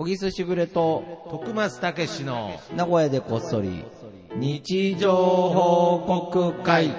小木すしぐれと徳松たけしの名古屋でこっそり日常報告会。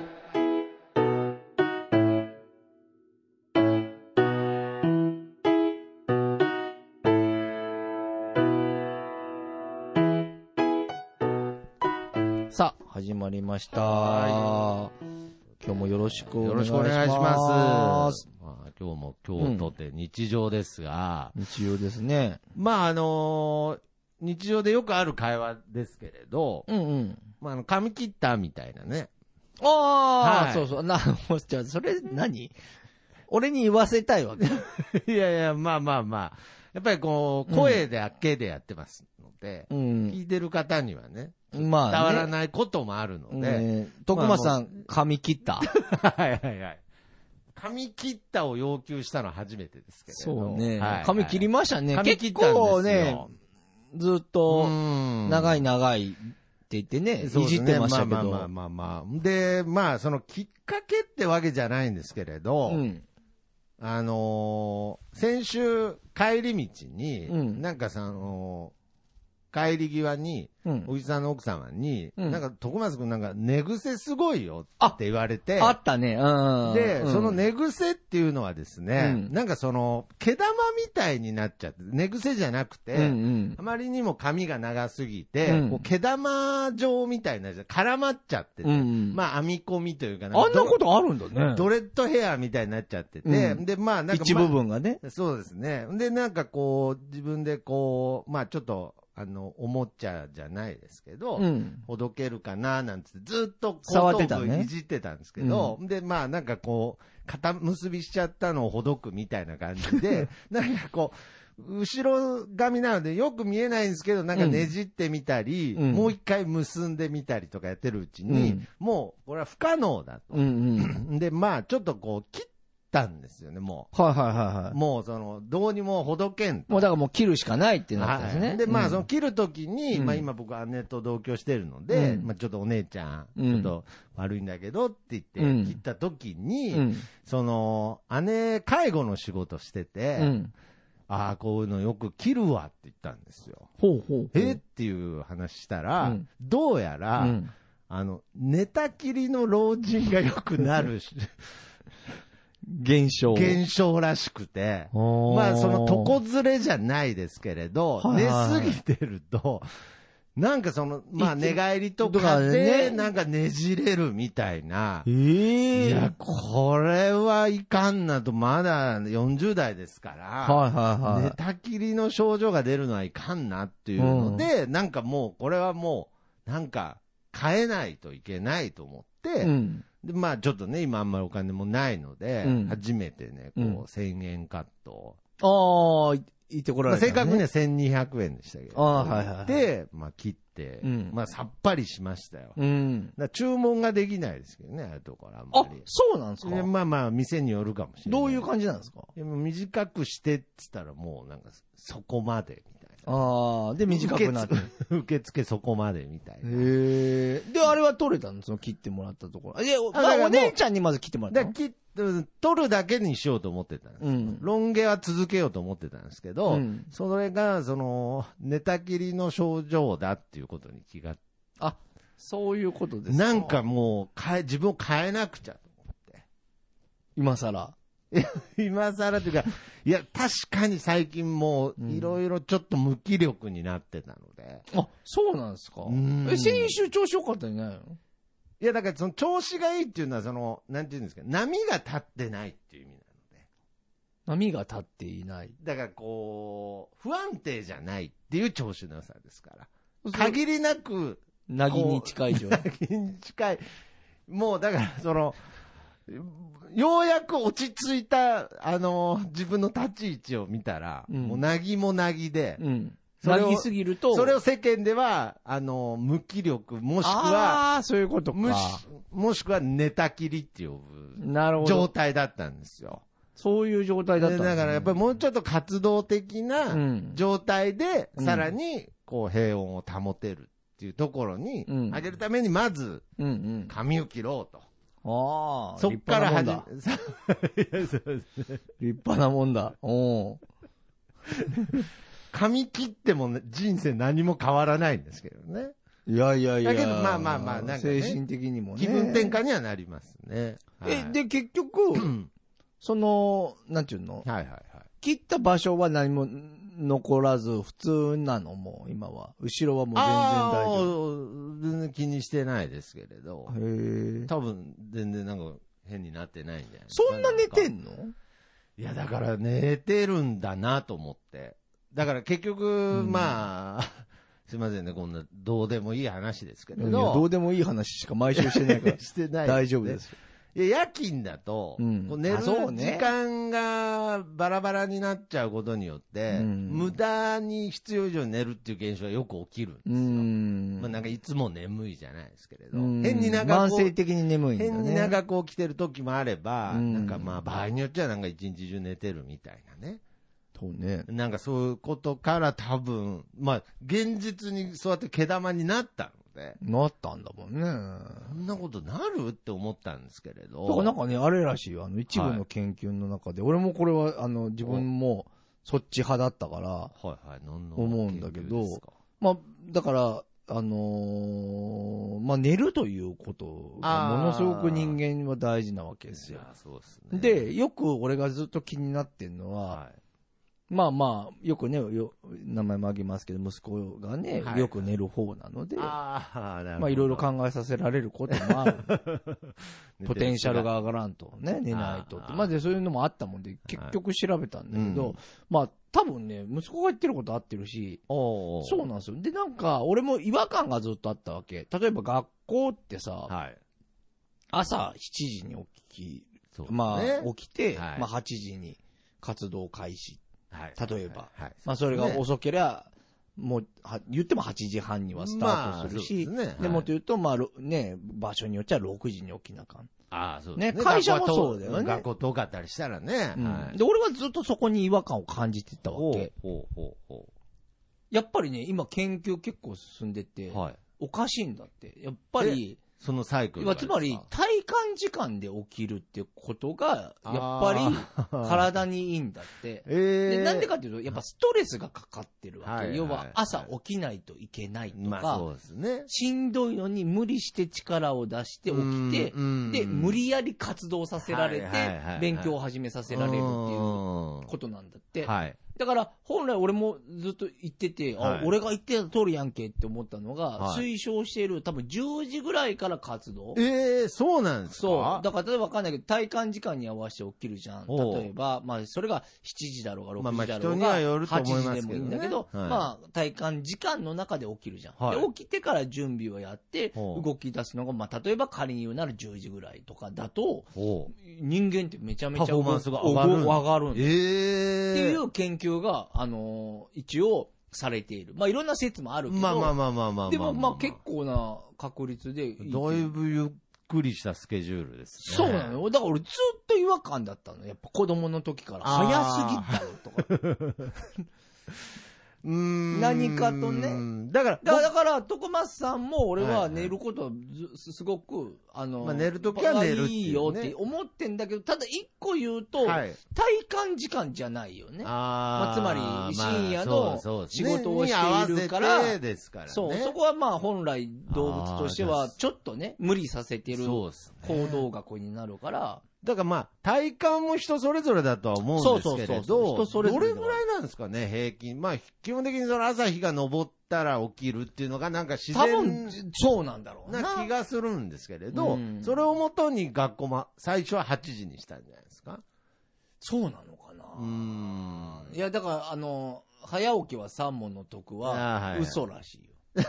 さあ始まりました。今日もよろしくお願いします。 今日も今日とて日常ですが、 日常ですね。 まあ日常でよくある会話ですけれど、まあ髪切ったみたいなね。 ああ、 はい、 そうそう。じゃあそれ何？俺に言わせたいわけ？ いやいや、まあ。やっぱりこう、声だけでやってますので、聞いてる方にはね、 まあね、 伝わらないこともあるので。 徳間さん、髪切ったはい。髪切ったを要求したのは初めてですけれど。 そうね。髪切りましたね。 髪切ったんですよ。 結構ね、ずっと、長いって言ってね、いじってましたけど。 まあ。で、まあ、そのきっかけってわけじゃないんですけれど、先週帰り道に、なんか帰り際に、おじさんの奥様に、なんか、徳松くんなんか寝癖すごいよって言われて。 あったね。 で、その寝癖っていうのはですね、なんか毛玉みたいになっちゃって、寝癖じゃなくて、あまりにも髪が長すぎて、こう毛玉状みたいな、絡まっちゃってて、まあ編み込みというかあんなことあるんだね。 ドレッドヘアみたいになっちゃってて、で、まあなんか、 一部分がね。 そうですね。で、なんかこう、自分でこう、まあちょっと、おもちゃじゃないですけど、ほどけるかななんつってずっと触ってたね。 いじってたんですけど、で、まあなんかこう、肩結びしちゃったのをほどくみたいな感じで、なんかこう、後ろ髪なのでよく見えないんですけど、なんかねじってみたり、もう一回結んでみたりとかやってるうちに、もうこれは不可能だと。で、まあちょっとこう、切ったんですよね、もう。 はい。 もうどうにもほどけんと。 もうだからもう切るしかないってなったんですね。 で、まあ切るときに、まあ今僕姉と同居してるので、まあちょっとお姉ちゃん、ちょっと悪いんだけどって言って切ったときに、姉、介護の仕事してて、ああ、こういうのよく切るわって言ったんですよ。っていう話したら、どうやら、寝たきりの老人がよくなる現象らしくて、まあ床ずれじゃないですけれど、寝すぎてると、なんかまあ寝返りとかで、なんかねじれるみたいな。いや、これはいかんなと、まだ40代ですから、寝たきりの症状が出るのはいかんなっていうので、なんかもう、これはもう、なんか変えないといけないと思って、で、まあちょっとね、今あんまりお金もないので、初めてね、こう、1000円カット。 言ってこられた、 正確には1200円でしたけど。で、まあ切って、まあさっぱりしましたよ。だ注文ができないですけどね、ああいうところあんまり。 あ、そうなんですか？ まあ、店によるかもしれない。 どういう感じなんですか？ 短くしてって言ったらもうなんか、そこまでみたいな。 で、短くなって。 受付そこまでみたいな。 で、あれは取れたの？切ってもらったところ。お姉ちゃんにまず切ってもらったの？ 取るだけにしようと思ってたんです。ロン毛は続けようと思ってたんですけど、それが、寝たきりの症状だっていうことに気が。 あ、そういうことですか。 なんかもう、自分を変えなくちゃと思って。 今更。 今更というか、いや、確かに最近もう、いろいろちょっと無気力になってたので。 あ、そうなんですか。先週調子良かったんじゃないの？ いや、だから調子がいいっていうのはなんていうんですか、波が立ってないっていう意味なので。 波が立っていない。 だからこう、不安定じゃないっていう調子の良さですから。限りなく、 なぎに近い状態。 なぎに近い。もうだからようやく落ち着いた、自分の立ち位置を見たら、もうなぎもなぎで、 なぎすぎると。 それを世間では、無気力、もしくは、 そういうことか。 もしくは寝たきりって呼ぶ状態だったんですよ。 そういう状態だったんですね。 だからやっぱりもうちょっと活動的な状態で、さらに、こう、平穏を保てるっていうところに、上げるために、まず、髪を切ろうと。そっから始め、 立派なもんだ。 髪切っても人生何も変わらないんですけどね。 いやいやいや。 だけどまあまあまあ、なんか、ね、 精神的にもね。 気分転換にはなりますね。 はい、で、結局、その、なんていうの、 はいはいはい。 切った場所は何も残らず、普通なのもう今は。後ろはもう全然大丈夫。 全然気にしてないですけれど。 へえ。 多分、全然なんか変になってないんじゃないですか。そんな寝てんの？ いや、だから寝てるんだなと思って。だから結局、まあ、すいませんね、こんなどうでもいい話ですけれど。いや、 どうでもいい話しか毎週してないから。 してない、 大丈夫です。 いや、夜勤だと、寝る時間がバラバラになっちゃうことによって、無駄に必要以上に寝るっていう現象がよく起きるんですよ。まあなんかいつも眠いじゃないですけれど。変に長く。 慢性的に眠いんだね。 変に長く起きてる時もあれば、なんかまあ場合によっちゃなんか一日中寝てるみたいなね。 そうね。 なんかそういうことから多分、まあ現実にそうやって毛玉になったの。 なったんだもんね。 そんなことなるって思ったんですけれど。 だからなんかね、あれらしいよ。一部の研究の中で、俺もこれは、自分もそっち派だったから、 はいはい、 思うんだけど、まあ、だから、まあ、寝るということがものすごく人間は大事なわけですよ。 そうですね。 で、よく俺がずっと気になってるのは、まあまあ、よくね、名前も挙げますけど、息子がね、よく寝る方なので、まあいろいろ考えさせられることもある。ポテンシャルが上がらんとね、寝ないと。まあで、そういうのもあったもんで、結局調べたんだけど、まあ多分ね、息子が言ってること合ってるし、そうなんですよ。で、なんか、俺も違和感がずっとあったわけ。例えば学校ってさ、朝7時に起き、まあ起きて、まあ8時に活動開始。例えば、まあそれが遅ければ、もう、言っても8時半にはスタートするし、でもと言うと、まあね、場所によっちゃ6時に起きなかん。 そうですね。 会社もそうだよね。 学校遠かったりしたらね。 で、俺はずっとそこに違和感を感じてたわけ。やっぱりね、今研究結構進んでて、おかしいんだって。やっぱり、 そのサイクル。 つまり、体感時間で起きるってことが、やっぱり、体にいいんだって。で、なんでかっていうと、やっぱストレスがかかってるわけ。要は、朝起きないといけないとか、 そうですね。 しんどいのに無理して力を出して起きて、で、無理やり活動させられて、勉強を始めさせられるっていうことなんだって。だから、本来俺もずっと言ってて、俺が言ってた通りやんけって思ったのが、推奨している多分10時ぐらいから活動。 そうなんですか？ そう。だから例えばわかんないけど、体感時間に合わせて起きるじゃん。例えば、まあ、それが7時だろうが6時だろうが、8時でもいいんだけど、まあ、体感時間の中で起きるじゃん。で、起きてから準備をやって、動き出すのが、まあ、例えば仮に言うなら10時ぐらいとかだと、人間ってめちゃめちゃパフォーマンスが上がるんっていう研究が、一応されている。まあ、いろんな説もあるけど。でも、まあ、結構な確率で。 だいぶゆっくりしたスケジュールですね。 そうなのよ。だから俺ずっと違和感だったの。やっぱ子供の時から。早すぎたよとか。何かとね。だから、徳松さんも俺は寝ることはすごく、 寝るときは寝るっていう、ね。 いいよって思ってんだけど、ただ一個言うと、体感時間じゃないよね。まあ、つまり、深夜の仕事をしているから、そう、そこはまあ本来動物としてはちょっとね、無理させてる行動学になるから、 だからまあ、体感も人それぞれだとは思うんですけれど、どれぐらいなんですかね、平均。まあ、基本的にその朝日が昇ったら起きるっていうのがなんか自然多分そうなんだろうな気がするんですけれど、それをもとに学校も最初は8時にしたんじゃないですか。 そうなのかな。いや、だから早起きは三問の徳は嘘らしいよ。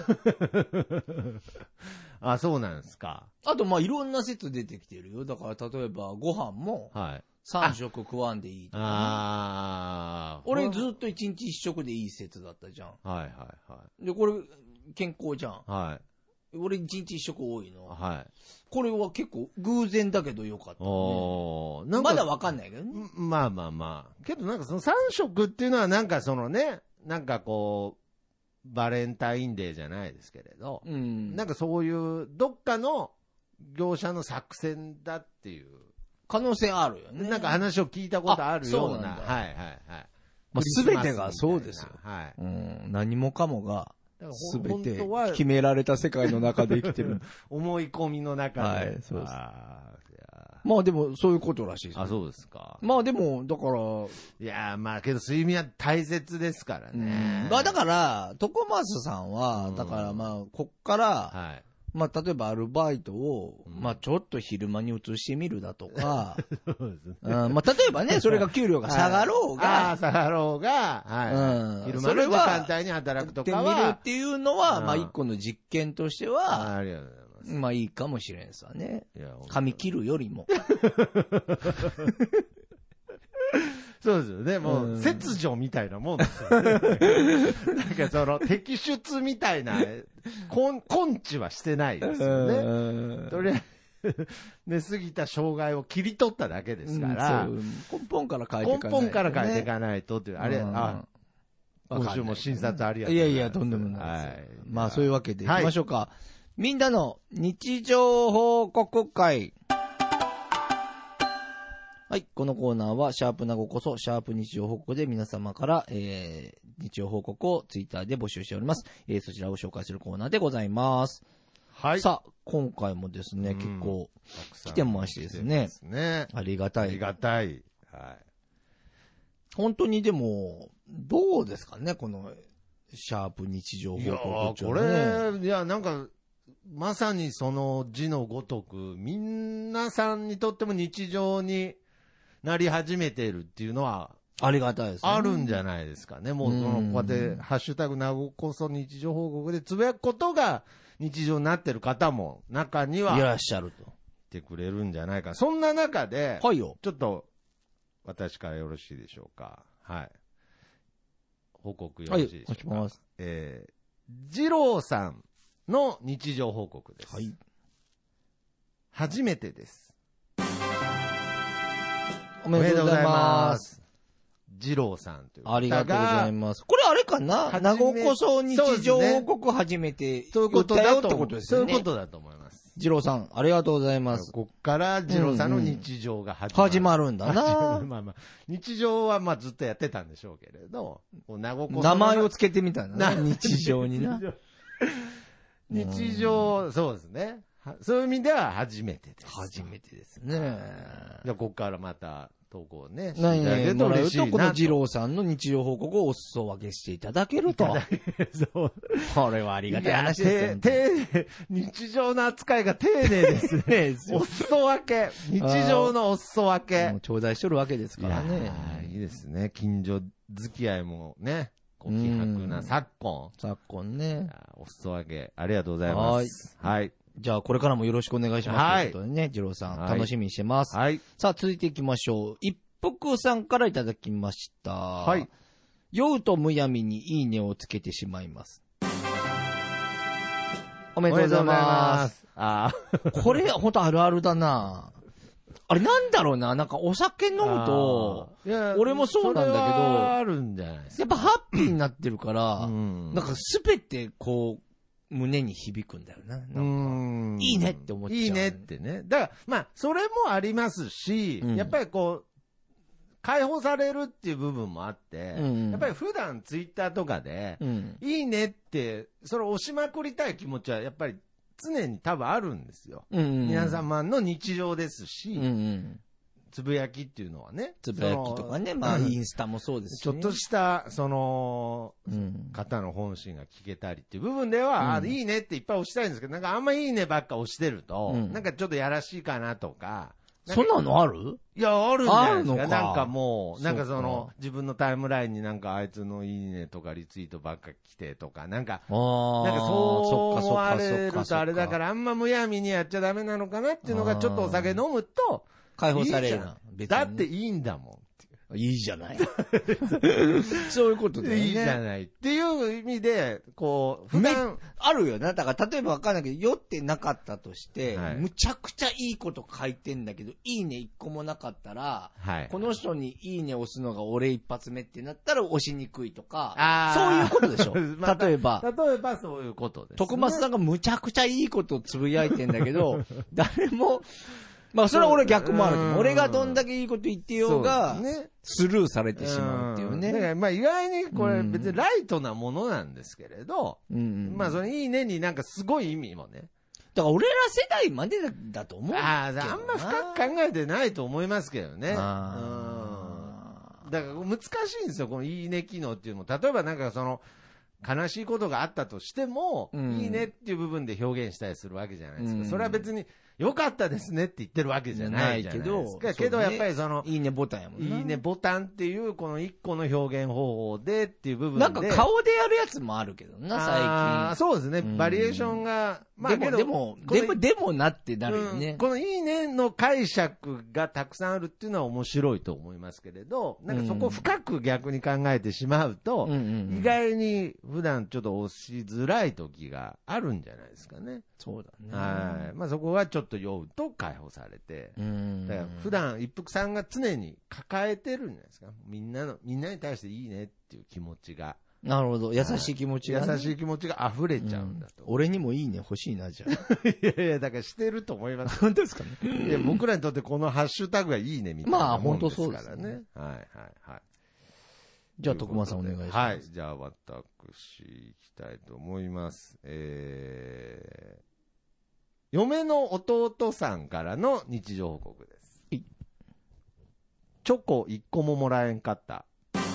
そうなんですか。 あと、まあ、いろんな説出てきてるよ。だから、例えば、ご飯も、3食食わんでいいとか、ね。俺、ずっと1日1食でいい説だったじゃん。で、これ、健康じゃん。俺、1日1食多いの。これは結構、偶然だけどよかったね。まだわかんないけどね。 まあ。けど、なんかその3食っていうのは、なんかそのね、なんかこう、バレンタインデーじゃないですけれど、なんかそういうどっかの業者の作戦だっていう可能性あるよね。 なんか話を聞いたことあるような。 まあ、すべてがそうですよ。 はい。 うん。何もかもが、すべて決められた世界の中で生きてる。 思い込みの中で。 はい、そうです。まあでも、そういうことらしいです、ね。 あ、そうですか。 まあでも、だから。 いやまあけど睡眠は大切ですからね。 まあだから、徳松さんは、だからまあ、こっから、はい。まあ、例えばアルバイトを、まあ、ちょっと昼間に移してみるだとか、そうですね。まあ、例えばね、それが給料が下がろうが、 下がろうが、はい。昼間の時間帯に働くとかは。 見るっていうのは、まあ、一個の実験としては、ありがとうございます。まあ、いいかもしれんすわね。髪切るよりも。 そうですよね。もう、切除みたいなもんですよね。なんかその、摘出みたいな、根治はしてないですよね。とりあえず、寝すぎた障害を切り取っただけですから。 根本から変えていかないと、 根本から変えていかないとっていう。あれ、今週も診察ありがとうございます。 いやいや、とんでもないです。まあ、そういうわけで行きましょうか。みんなの日常報告会。はい。このコーナーは、シャープなごこそ、シャープ日常報告で皆様から、日常報告をツイッターで募集しております。そちらを紹介するコーナーでございます。はい。さあ、今回もですね、結構、来てましてですね。ありがたい。 ありがたい。はい。 本当にでも、どうですかね、この、シャープ日常報告、ね。 いやこれ、いや、なんか、まさにその字のごとく、皆さんにとっても日常に、なり始めているっていうのは、 ありがたいですね。 あるんじゃないですかね。もうこうやって、ハッシュタグなごこそ日常報告でつぶやくことが日常になってる方も中には、 いらっしゃると。 いてくれるんじゃないか。そんな中で、 はいよ。 ちょっと、私からよろしいでしょうか。はい。報告よろしいでしょうか。はい、お願いします。二郎さんの日常報告です。はい。初めてです。 おめでとうございます。 二郎さんという方が。 ありがとうございます。これあれかななごこそ日常報告初めてそういうことだってことですよね。 そういうことだと思います。 二郎さん、ありがとうございます。 こっから二郎さんの日常が始まるんだな。 まあまあ、日常はまあずっとやってたんでしょうけれど、 なごこそ名前をつけてみたいな。日常にな。 日常、そうですね。そういう意味では初めてです。 初めてですね。 じゃあ、ここからまた投稿ね。 何々もらうと、この二郎さんの日常報告をお裾分けしていただけると。そう。これはありがたい話ですよ。日常の扱いが丁寧ですね。お裾分け。日常のお裾分け。もう頂戴しとるわけですからね。 いいですね。近所付き合いもね。ご気迫な昨今。 昨今ね。 お裾分け、ありがとうございます。はい。 じゃあ、これからもよろしくお願いします。はい。ということでね、二郎さん、楽しみにしてます。はい。さあ、続いていきましょう。一服さんからいただきました。はい。酔うとむやみにいいねをつけてしまいます。おめでとうございます。これ、ほんとあるあるだな。あれなんだろうな、なんかお酒飲むと、俺もそうなんだけど、 あるんじゃないですか。 やっぱハッピーになってるから、なんかすべてこう、胸に響くんだよな。なんかいいねって思っちゃう。 いいねってね。だから、まあ、それもありますし、やっぱりこう、解放されるっていう部分もあって、やっぱり普段ツイッターとかで、いいねって、それを押しまくりたい気持ちはやっぱり常に多分あるんですよ。皆様の日常ですし、つぶやきっていうのはね。 つぶやきとかね。まあ、インスタもそうですし、 ね。ちょっとした、その、方の本心が聞けたりっていう部分では、いいねっていっぱい押したいんですけど、なんかあんまいいねばっか押してると、なんかちょっとやらしいかなとか。 そんなのある？ いや、あるんじゃないですか。なんかもう、なんかその、自分のタイムラインになんかあいつのいいねとかリツイートばっか来てとか、なんかそう思われるとあれだから、あんまむやみにやっちゃダメなのかなっていうのが、ちょっとお酒飲むと、 解放されるな。 だっていいんだもん。 いいじゃない。そういうことだよね。 いいじゃない。っていう意味で、こう、普段。 あるよな。だから、例えばわかんないけど、酔ってなかったとして、むちゃくちゃいいこと書いてんだけど、いいね一個もなかったら、この人にいいね押すのが俺一発目ってなったら押しにくいとか、そういうことでしょ。例えばそういうことです、ね。 徳松さんがむちゃくちゃいいことをつぶやいてんだけど、誰も、 まあそれは俺逆もあると思う。俺がどんだけいいこと言ってようが、スルーされてしまうっていうね。 だからまあ意外にこれ別にライトなものなんですけれど、まあそのいいねになんかすごい意味もね。 だから俺ら世代までだと思うけどな。 あんま深く考えてないと思いますけどね。だから難しいんですよ、このいいね機能っていうのも。例えばなんかその、悲しいことがあったとしても、いいねっていう部分で表現したりするわけじゃないですか。それは別に、良かったですねって言ってるわけじゃないじゃないですか。けどやっぱりその、 いいねボタンやもんね。 いいねボタンっていうこの一個の表現方法でっていう部分で。 なんか顔でやるやつもあるけどな、最近。 そうですね。バリエーションが、まあでもなってなるよね。 このいいねの解釈がたくさんあるっていうのは面白いと思いますけれど、なんかそこを深く逆に考えてしまうと、意外に普段ちょっと押しづらい時があるんじゃないですかね。 そうだね。 はい。まあそこはちょっと酔うと解放されて、だから普段一服さんが常に抱えてるんじゃないですか。みんなに対していいねっていう気持ちが。 なるほど。優しい気持ちが、 優しい気持ちが溢れちゃうんだと。 俺にもいいね欲しいな、じゃあ。いやいや、だからしてると思います。 本当ですかね。 いや、僕らにとってこのハッシュタグがいいねみたいなもんですからね。はいはいはい。 じゃあ、徳間さんお願いします。 はい。じゃあ、私行きたいと思います。嫁の弟さんからの日常報告です。チョコ1個ももらえんかった。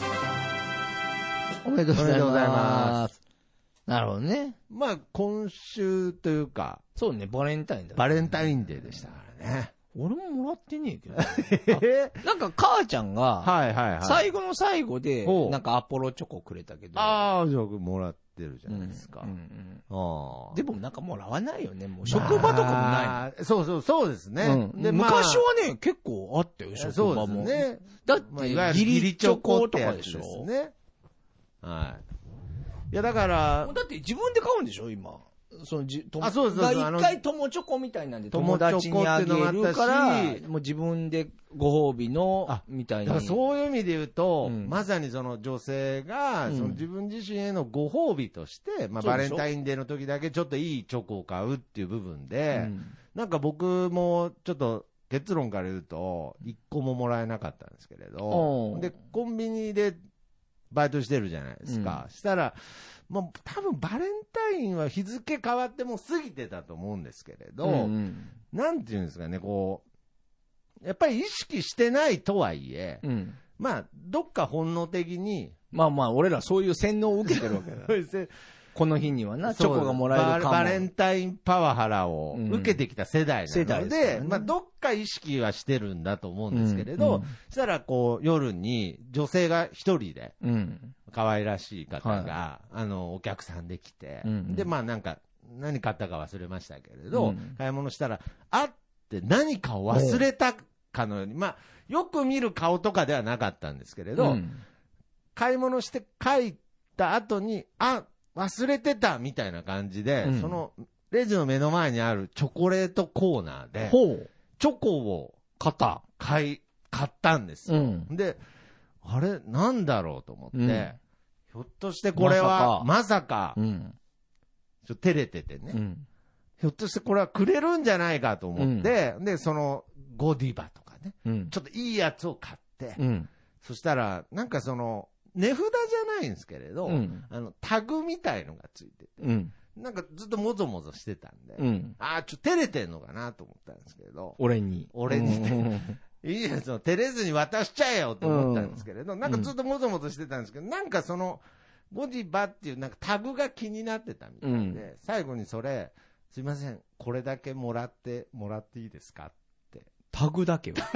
おめでとうございます。なるほどね。 まあ、今週というか。 そうね、バレンタインだ。 バレンタインデーでしたからね。 俺ももらってねえけど。なんか母ちゃんが、最後の最後で、なんかアポロチョコくれたけど。 ああ、じゃあもらってるじゃないですか。 でもなんかもらわないよね、もう職場とかもない。 そうですね。 で昔はね、結構あったよ、職場も。 ね。 だって、ギリチョコとかでしょ。 ね。はい。いや、だから。 だって自分で買うんでしょ、今。そうです。一回友チョコみたいなんで友達にあげるから、 もう自分でご褒美の、みたいな。 そういう意味で言うと、まさにその女性が、その自分自身へのご褒美として、まあバレンタインデーの時だけちょっといいチョコを買うっていう部分で、なんか僕もちょっと結論から言うと、一個ももらえなかったんですけれど、で、コンビニでバイトしてるじゃないですか。したら、もう多分バレンタインは日付変わってもう過ぎてたと思うんですけれど、なんていうんですかね、こう、やっぱり意識してないとはいえ、まあ、どっか本能的に。 まあまあ、俺らそういう洗脳を受けてるわけだ。この日にはな、チョコがもらえるかも。 バレンタインパワハラを受けてきた世代なので、まあ、どっか意識はしてるんだと思うんですけれど、そしたらこう、夜に女性が一人で、可愛らしい方が、お客さんで来て、で、まあなんか、何買ったか忘れましたけれど、買い物したら、あって何かを忘れたかのように、まあ、よく見る顔とかではなかったんですけれど、買い物して帰った後に、忘れてたみたいな感じで、その、レジの目の前にあるチョコレートコーナーで、チョコを買ったんですよ。で、あれ、なんだろうと思って、ひょっとしてこれは、まさか、ちょっと照れててね、ひょっとしてこれはくれるんじゃないかと思って、で、その、ゴディバとかね、ちょっといいやつを買って、そしたら、なんかその、値札じゃないんですけれど、タグみたいのがついてて、なんかずっともぞもぞしてたんで、ちょっと照れてんのかなと思ったんですけど、 俺に。 いいやつを照れずに渡しちゃえよと思ったんですけれど、なんかずっともぞもぞしてたんですけど、なんかその、ゴディバっていうなんかタグが気になってたみたいで、最後にそれ、すいません、これだけもらっていいですかって。 タグだけは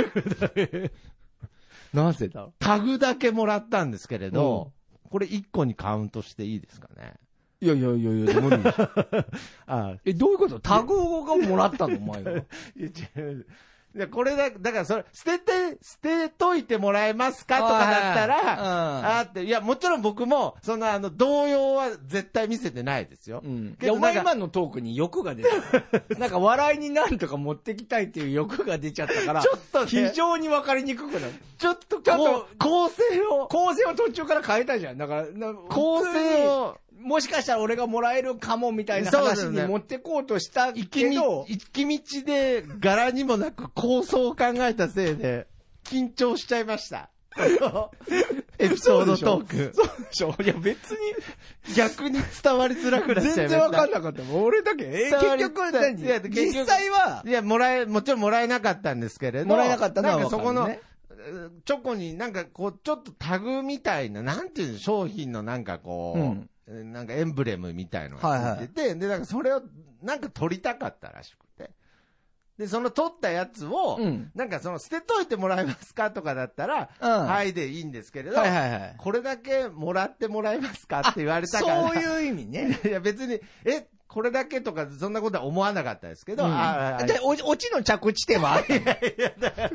なぜだタグだけもらったんですけれど、これ1個にカウントしていいですかね。 いや、無理でしょ。どういうことタグがもらったのお前が。いや、 違う。いや、これだからそれ、捨てといてもらえますかとかだったら、いや、もちろん僕も、その動揺は絶対見せてないですよ。 いや、お前今のトークに欲が出た。なんか笑いになんとか持ってきたいっていう欲が出ちゃったから、 ちょっとね、 非常に分かりにくくなる。 ちょっと構成を途中から変えたじゃん。だから、 構成を、 もしかしたら俺がもらえるかもみたいな話に持ってこうとしたけど、 行き道で柄にもなく構想を考えたせいで、緊張しちゃいました。エピソードトーク。 そうでしょ。いや別に逆に伝わりづらくなっちゃいました。 全然わかんなかったもん。俺だけ、結局何？実際は。 いや、もちろんもらえなかったんですけれど。 もらえなかったのはなんかそこの、チョコになんかこう、ちょっとタグみたいな、なんていうの、商品のなんかこう、なんかエンブレムみたいのがついてて、で、なんかそれをなんか取りたかったらしくて。で、その取ったやつを、なんかその捨てといてもらえますかとかだったら、はいでいいんですけれど、これだけもらってもらえますかって言われたから。 そういう意味ね。 いや別に、これだけとかそんなことは思わなかったですけど、 で、オチの着地点はあった。いやだから。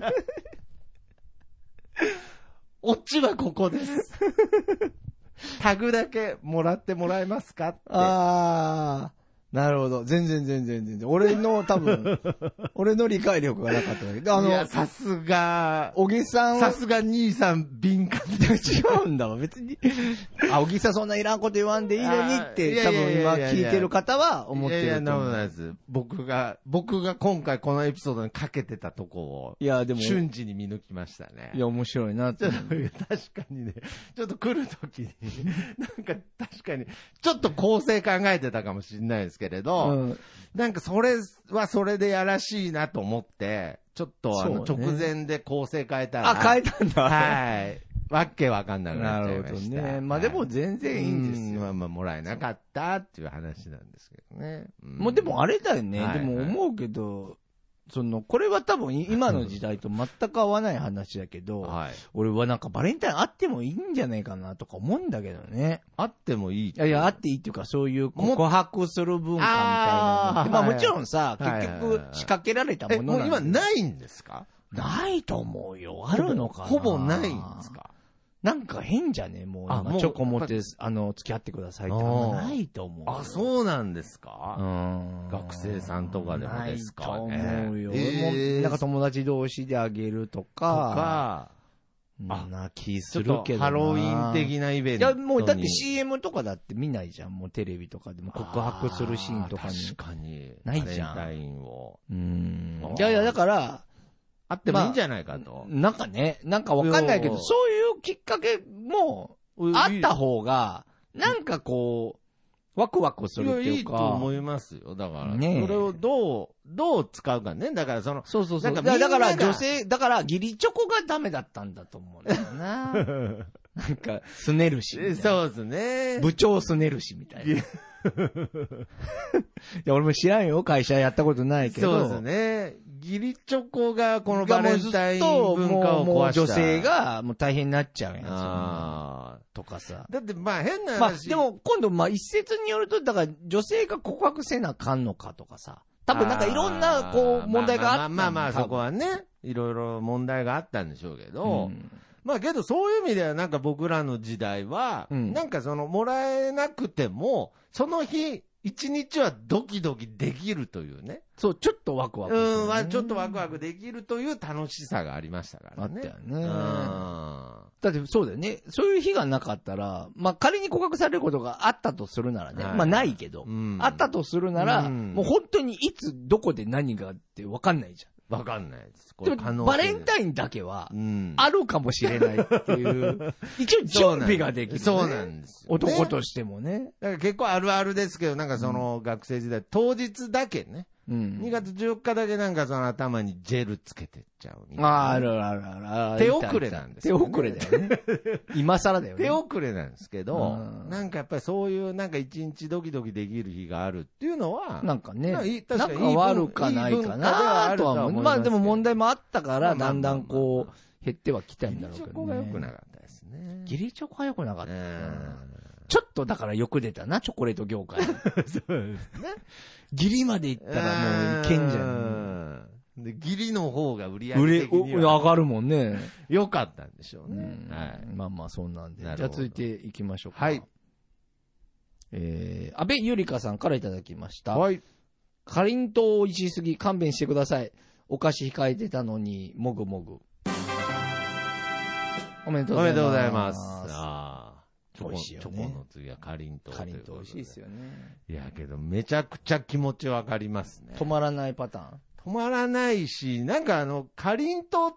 オチはここです。タグだけもらってもらえますかって。 ああ。なるほど。全然。俺の多分、俺の理解力がなかっただけど、 いや、さすが、 小木さんさすが兄さん敏感で違うんだわ、別に。小木さんそんないらんこと言わんでいいのにって、多分今聞いてる方は思ってると思う。いや、 なるほどです。僕が今回このエピソードにかけてたとこを、 いや、でも、 瞬時に見抜きましたね。 いや、面白いなって。 確かにね、ちょっと来るときに、なんか確かに、ちょっと構成考えてたかもしれないですけれど、なんかそれはそれでやらしいなと思って、ちょっと直前で構成変えたら。 変えたんだ。 はい。わけわかんなくなっちゃいました。なるほどね。まあでも全然いいんですよ。 まあもらえなかったっていう話なんですけどね。 もうでもあれだよね。でも思うけど、これは多分今の時代と全く合わない話だけど、俺はなんかバレンタインあってもいいんじゃないかなとか思うんだけどね。 あってもいい。 いや、あっていいっていうか、そういう告白する文化みたいなの。まあもちろんさ、結局仕掛けられたものなんもう今ないんですか？ ないと思うよ。あるのかな？ ほぼないんですか？ なんか変じゃねもう今チョコ持って、付き合ってくださいってないと思う。 あ、そうなんですか？学生さんとかでもですかね。 ないと思うよ。なんか友達同士であげるとか、な気するけどな。 ハロウィン的なイベント。 いや、もうだって CM とかだって見ないじゃん。もうテレビとかでも告白するシーンとかに。 確かに。 ないじゃん。 バレンタインを。 いや、だから、 あってもいいんじゃないかと。 なんかね、なんかわかんないけど、そういうきっかけもあった方が、なんかこう、ワクワクするっていうか。 いいと思いますよ。だから、ね、それをどう使うかね。だからそう。だから女性、だから義理チョコがダメだったんだと思うんだよな。なんか、すねるし。 そうですね。 部長すねるしみたいな。いや、俺も知らんよ。会社やったことないけど。 そうですね。義理チョコがこのバレンタイン文化を壊した。 女性がもう大変になっちゃうやん。とかさ。 だってまあ変な話。 まあでも今度一説によると、だから女性が告白せなあかんのかとかさ。多分なんかいろんなこう問題があったまあそこはね、いろいろ問題があったんでしょうけど、まあけどそういう意味ではなんか僕らの時代は、なんかもらえなくても、その日、一日はドキドキできるというね。 そう、ちょっとワクワクする、ね。 ちょっとワクワクできるという楽しさがありましたからね。 あったよね。だってそうだよね。そういう日がなかったら、まあ仮に告白されることがあったとするならね。まあないけど、あったとするなら、もう本当にいつどこで何がって分かんないじゃん。 わかんないです。 でもバレンタインだけは、あるかもしれないっていう、一応準備ができる、ね。 そうなんですよ、 ね。男としてもね。 だから結構あるあるですけど、なんか学生時代、当日だけね。2月14日だけなんか頭にジェルつけてっちゃうみたいな。 ある。 手遅れなんですよ、ね。手遅れだよね。今更だよね。 手遅れなんですけど、なんかやっぱりそういうなんか一日ドキドキできる日があるっていうのは、 なんかね、 確かになんか悪かないかなとは思う。まあでも問題もあったから、だんだんこう、減ってはきたんだろうけどね。 義理チョコが良くなかったですね。 義理チョコは良くなかった。ちょっとだからよく出たな、チョコレート業界。そうですね。義理まで行ったらもういけんじゃん。 で、義理の方が売り上げ的に上がるもんね。 よかったんでしょうね。 まあまあそんなんで。じゃあ続いていきましょうか。 はい。 安倍ゆりかさんからいただきました。 はい。 かりんとうをしすぎ勘弁してください。お菓子控えてたのに、もぐもぐ。おめでとうございます。 チョコの次はかりんとう。 かりんとう美味しいですよね。 いやけどめちゃくちゃ気持ちわかりますね。 止まらないパターン？ 止まらないし、なんかかりんとうって、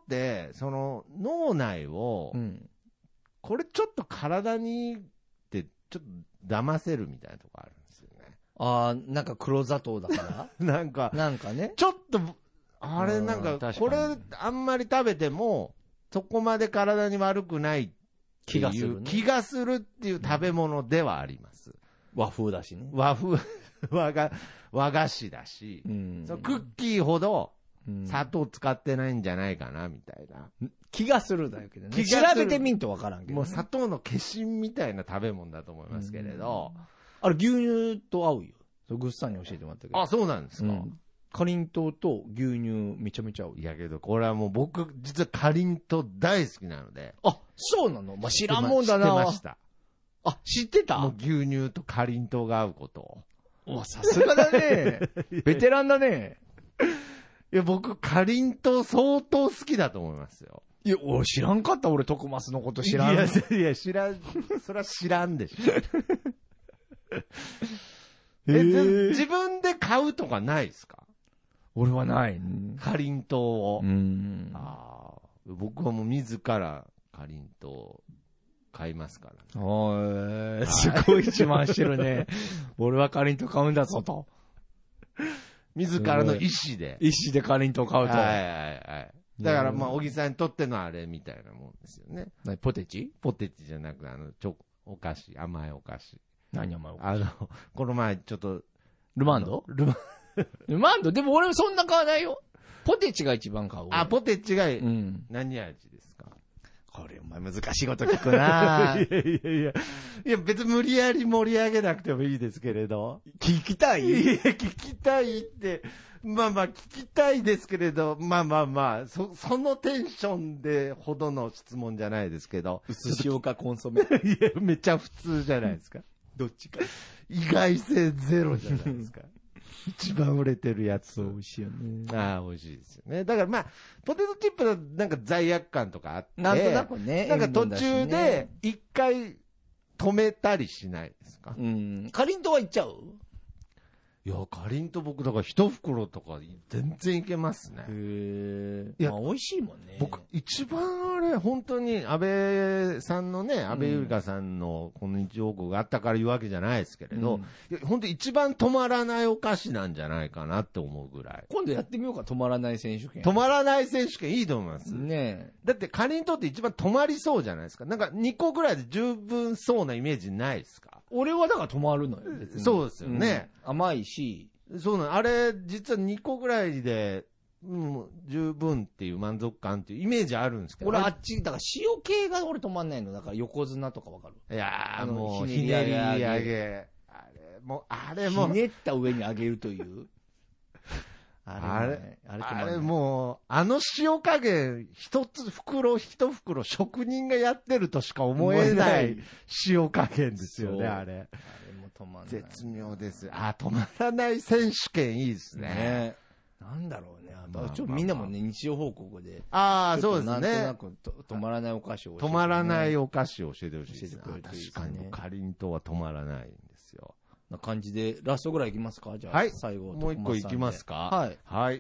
その脳内を、これちょっと体にってちょっと騙せるみたいなとこあるんですよね。 ああ、なんか黒砂糖だからなんかね。 ちょっと、あれなんか、これあんまり食べても、そこまで体に悪くないっていう気がするっていう食べ物ではあります。 和風だしね。 和菓子だし、そのクッキーほど砂糖使ってないんじゃないかなみたいな。 気がするだけどね。調べてみんとわからんけど、ね。 もう砂糖の化身みたいな食べ物だと思いますけれど。 あれ牛乳と合うよ。ぐっさんに教えてもらったけど。 あ、そうなんですか。 かりんとうと牛乳めちゃめちゃ合う。 いやけど、これはもう僕、実はかりんとう大好きなので。 あ、そうなの？まあ、知らんもんだな。 知ってました。 あ、知ってた？ もう牛乳とかりんとうが合うことを。 お、さすがだね。ベテランだね。 いや、僕、かりんとう相当好きだと思いますよ。 いや、俺知らんかった。俺、徳増のこと知らん。 いや、知らん。それは知らんでしょ。自分で買うとかないですか？ 俺はない。 かりんとうを。僕はもう自らかりんとう買いますから、 ね。すごい自慢してるね。俺はかりんとう買うんだぞと。 自らの意思で。 意思でかりんとう買うと。 はいはいはい。だからまあ、小木さんにとってのあれみたいなもんですよね。 ポテチじゃなくお菓子、甘いお菓子。 何甘いお菓子？ この前ちょっと。 ルマンドでも俺そんな買わないよ。ポテチが一番買う。 あ、ポテチが、何味ですか？ これお前難しいこと聞くな。 いや別に無理やり盛り上げなくてもいいですけれど。 聞きたい？ いや、聞きたいって、まあまあ聞きたいですけれど、まあ、そのテンションでほどの質問じゃないですけど。 薄塩かコンソメ。 いや、めっちゃ普通じゃないですか。 どっちか。 意外性ゼロじゃないですか。一番売れてるやつ。 美味しいよね。 ああ、美味しいですよね。だからまあ、ポテトチップのなんか罪悪感とかあって。 なんとなくね。 なんか途中で一回止めたりしないですか？ かりんとうはいっちゃう？ いや、かりんとう僕だから一袋とか全然いけますね。 いや、美味しいもんね。 僕、一番あれ、本当に安倍さんのね、安倍ゆりかさんのこの日常報告があったから言うわけじゃないですけれど、本当一番止まらないお菓子なんじゃないかなって思うぐらい。 今度やってみようか、止まらない選手権。 止まらない選手権いいと思います。 ねだってかりんとうって一番止まりそうじゃないですか。なんか2個ぐらいで十分そうなイメージないですか？ 俺はだから止まるのよ。 そうですよね。 甘いし。 そうなの。あれ、実は2個ぐらいで、十分っていう満足感っていうイメージあるんですけど。 俺あっち、だから塩系が俺止まんないの。だから横綱とかわかる？ いやー、もうひねり上げ。あれも。 ひねった上に上げるという。 あれもう、塩加減、一袋職人がやってるとしか思えない塩加減ですよね、あれ。 止まんない。 絶妙です。止まらない選手権いいですね。 なんだろうね。ちょっとみんなもね、日常報告で。 そうですね。 なんとなく止まらないお菓子を止まらないお菓子を教えてほしいですね。確かに、かりんとうは止まらないんですよ。 な感じで、ラストぐらいいきますか？じゃあ、最後。 もう一個いきますか？ はい。 はい。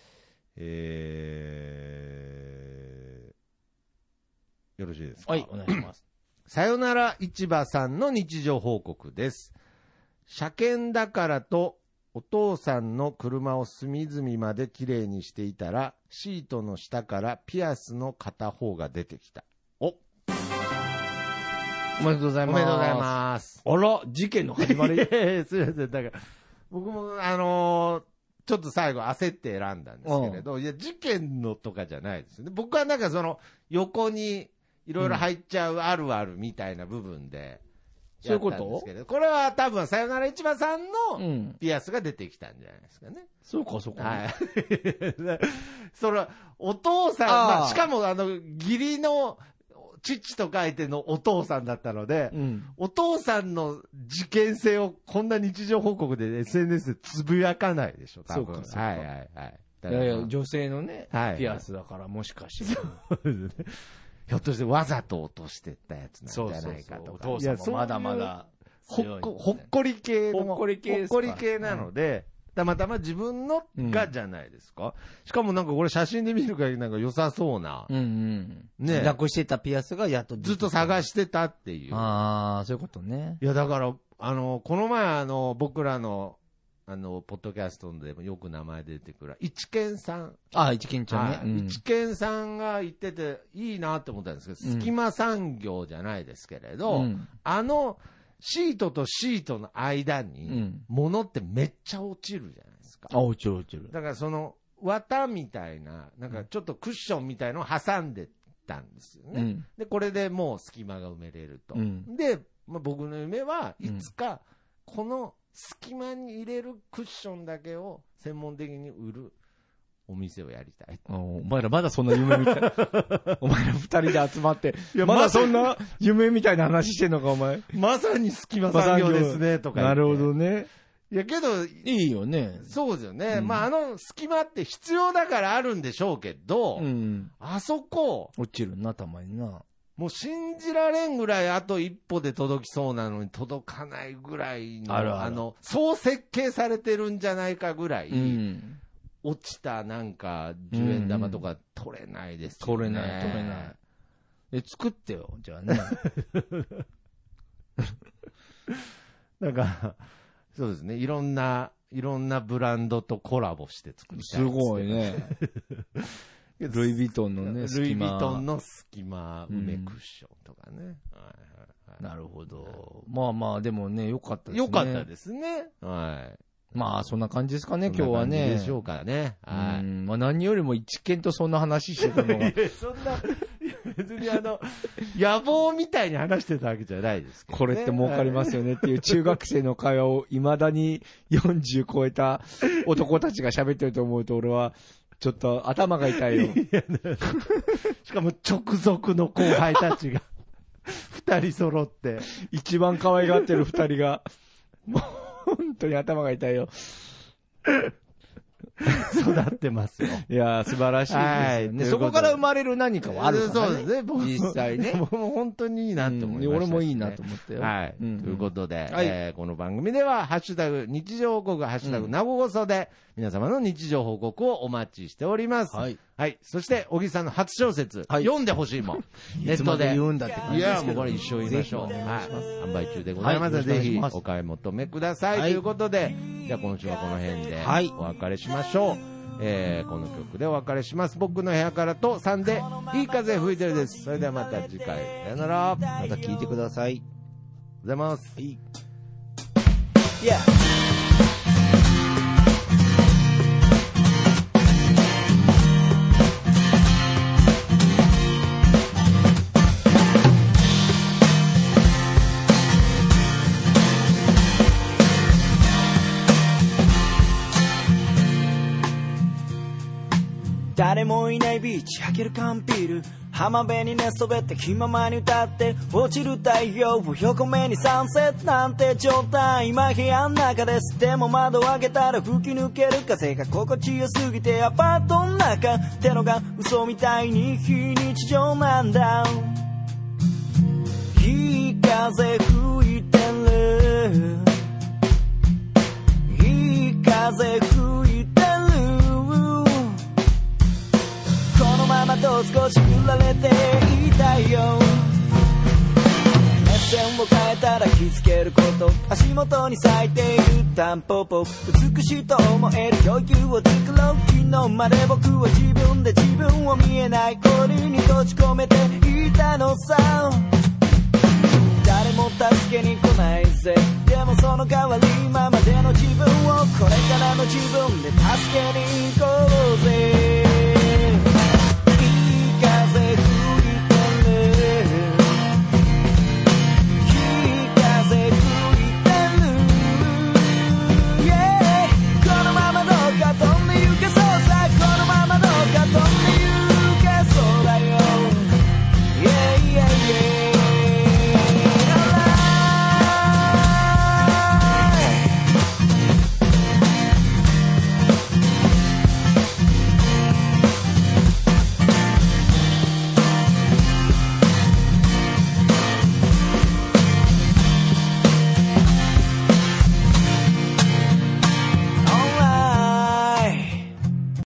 よろしいですか？ はい、お願いします。 さよなら市場さんの日常報告です。車検だからとお父さんの車を隅々まできれいにしていたらシートの下からピアスの片方が出てきた。おめでとうございます。 おめでとうございます。 あら、事件の始まり。 すみません。だから僕もちょっと最後焦って選んだんですけれど、いや事件のとかじゃないですよね。僕はなんかその横にいろいろ入っちゃうあるあるみたいな部分でやったんですけど、これは多分さよなら市場さんのピアスが出てきたんじゃないですかね。 そうか。 はい。それお父さん、しかも義理の父と書いてのお父さんだったので、お父さんの事件性をこんな日常報告で SNS でつぶやかないでしょ、多分。 そうか。 はい。 いや女性のね、ピアスだからもしかして。 そうですね。 ひょっとしてわざと落としてったやつなんじゃないかとか。 お父さんもまだまだほっこり系なので、たまたま自分のがじゃないですか。しかもなんかこれ写真で見る限りなんか良さそうな。ね。 なくしてたピアスがやっとずっと探してたっていう。 ああ、そういうことね。 いやだから、この前僕らの、ポッドキャストでもよく名前出てくる、一見さん。 一見ちゃんね。 一見さんが言ってていいなって思ったんですけど、隙間産業じゃないですけれど、シートとシートの間に、物ってめっちゃ落ちるじゃないですか。 落ちる。 だからその、綿みたいな、なんかちょっとクッションみたいのを挟んでたんですよね。で、これでもう隙間が埋めれると。で、僕の夢はいつか、この隙間に入れるクッションだけを専門的に売るお店をやりたい。 お前らまだそんな夢みたい。お前ら二人で集まって、まだそんな夢みたいな話してんのか、お前。 まさに隙間産業ですね、とか言って。 なるほどね。 いやけど、 いいよね。 そうですよね。隙間って必要だからあるんでしょうけど、あそこ、 落ちるな、たまにな。 もう信じられんぐらいあと一歩で届きそうなのに届かないぐらいの、そう設計されてるんじゃないかぐらい、落ちたなんか10円玉とか取れないですよね。 取れない。作ってよ、じゃあね。 なんか、そうですね。いろんなブランドとコラボして作りたいです。 すごいね。ルイ・ヴィトンのね、 ルイ・ヴィトンの隙間埋めクッションとかね。 なるほど。まあまあ、でもね、良かったですね。 良かったですね。はい。 まあ、そんな感じですかね、今日はね。 でしょうかね。はい。 何よりも一見とそんな話してたのが。 そんな、別に野望みたいに話してたわけじゃないですけどね。 これって儲かりますよねっていう中学生の会話を未だに40超えた男たちが喋ってると思うと、俺は、ちょっと頭が痛いよ。 しかも直属の後輩たちが二人揃って。 一番可愛がってる二人が、もう本当に頭が痛いよ。 育ってますよ。 いやー、素晴らしいですね。そこから生まれる何かはあるからね。 そうですね、 実際ね。 僕も本当にいいなって思いました、ね。 俺もいいなと思ったよ。 はい。ということで、この番組では、ハッシュタグ、日常報告、ハッシュタグ、なごごそで、皆様の日常報告をお待ちしております。はい。はい。そして、小木さんの初小説、読んでほしいもん。ネットで。 読んだって感じですけど。 いや、もうこれ一生言いましょう。はい。販売中でございますので、ぜひお買い求めください。ということで、じゃあ今週はこの辺でお別れしましょう。この曲でお別れします。僕の部屋からと3でいい風吹いてるです。それではまた次回。さよなら。 また聞いてください。 ありがとうございます。 誰もいないビーチ開ける缶ビール浜辺に寝そべって気ままに歌って落ちる太陽を横目にサンセットなんて状態今部屋の中です。でも窓を開けたら吹き抜ける風が心地よすぎてアパートの中ってのが嘘みたいに非日常なんだ。いい風吹いてるいい風吹いてるこのままと少し振られていたいよ。目線を変えたら気づけること足元に咲いているタンポポ美しいと思える余裕を作ろう。昨日まで僕は自分で自分を見えない檻に閉じ込めていたのさ。誰も助けに来ないぜ。でもその代わり今までの自分をこれからの自分で助けに行こうぜ。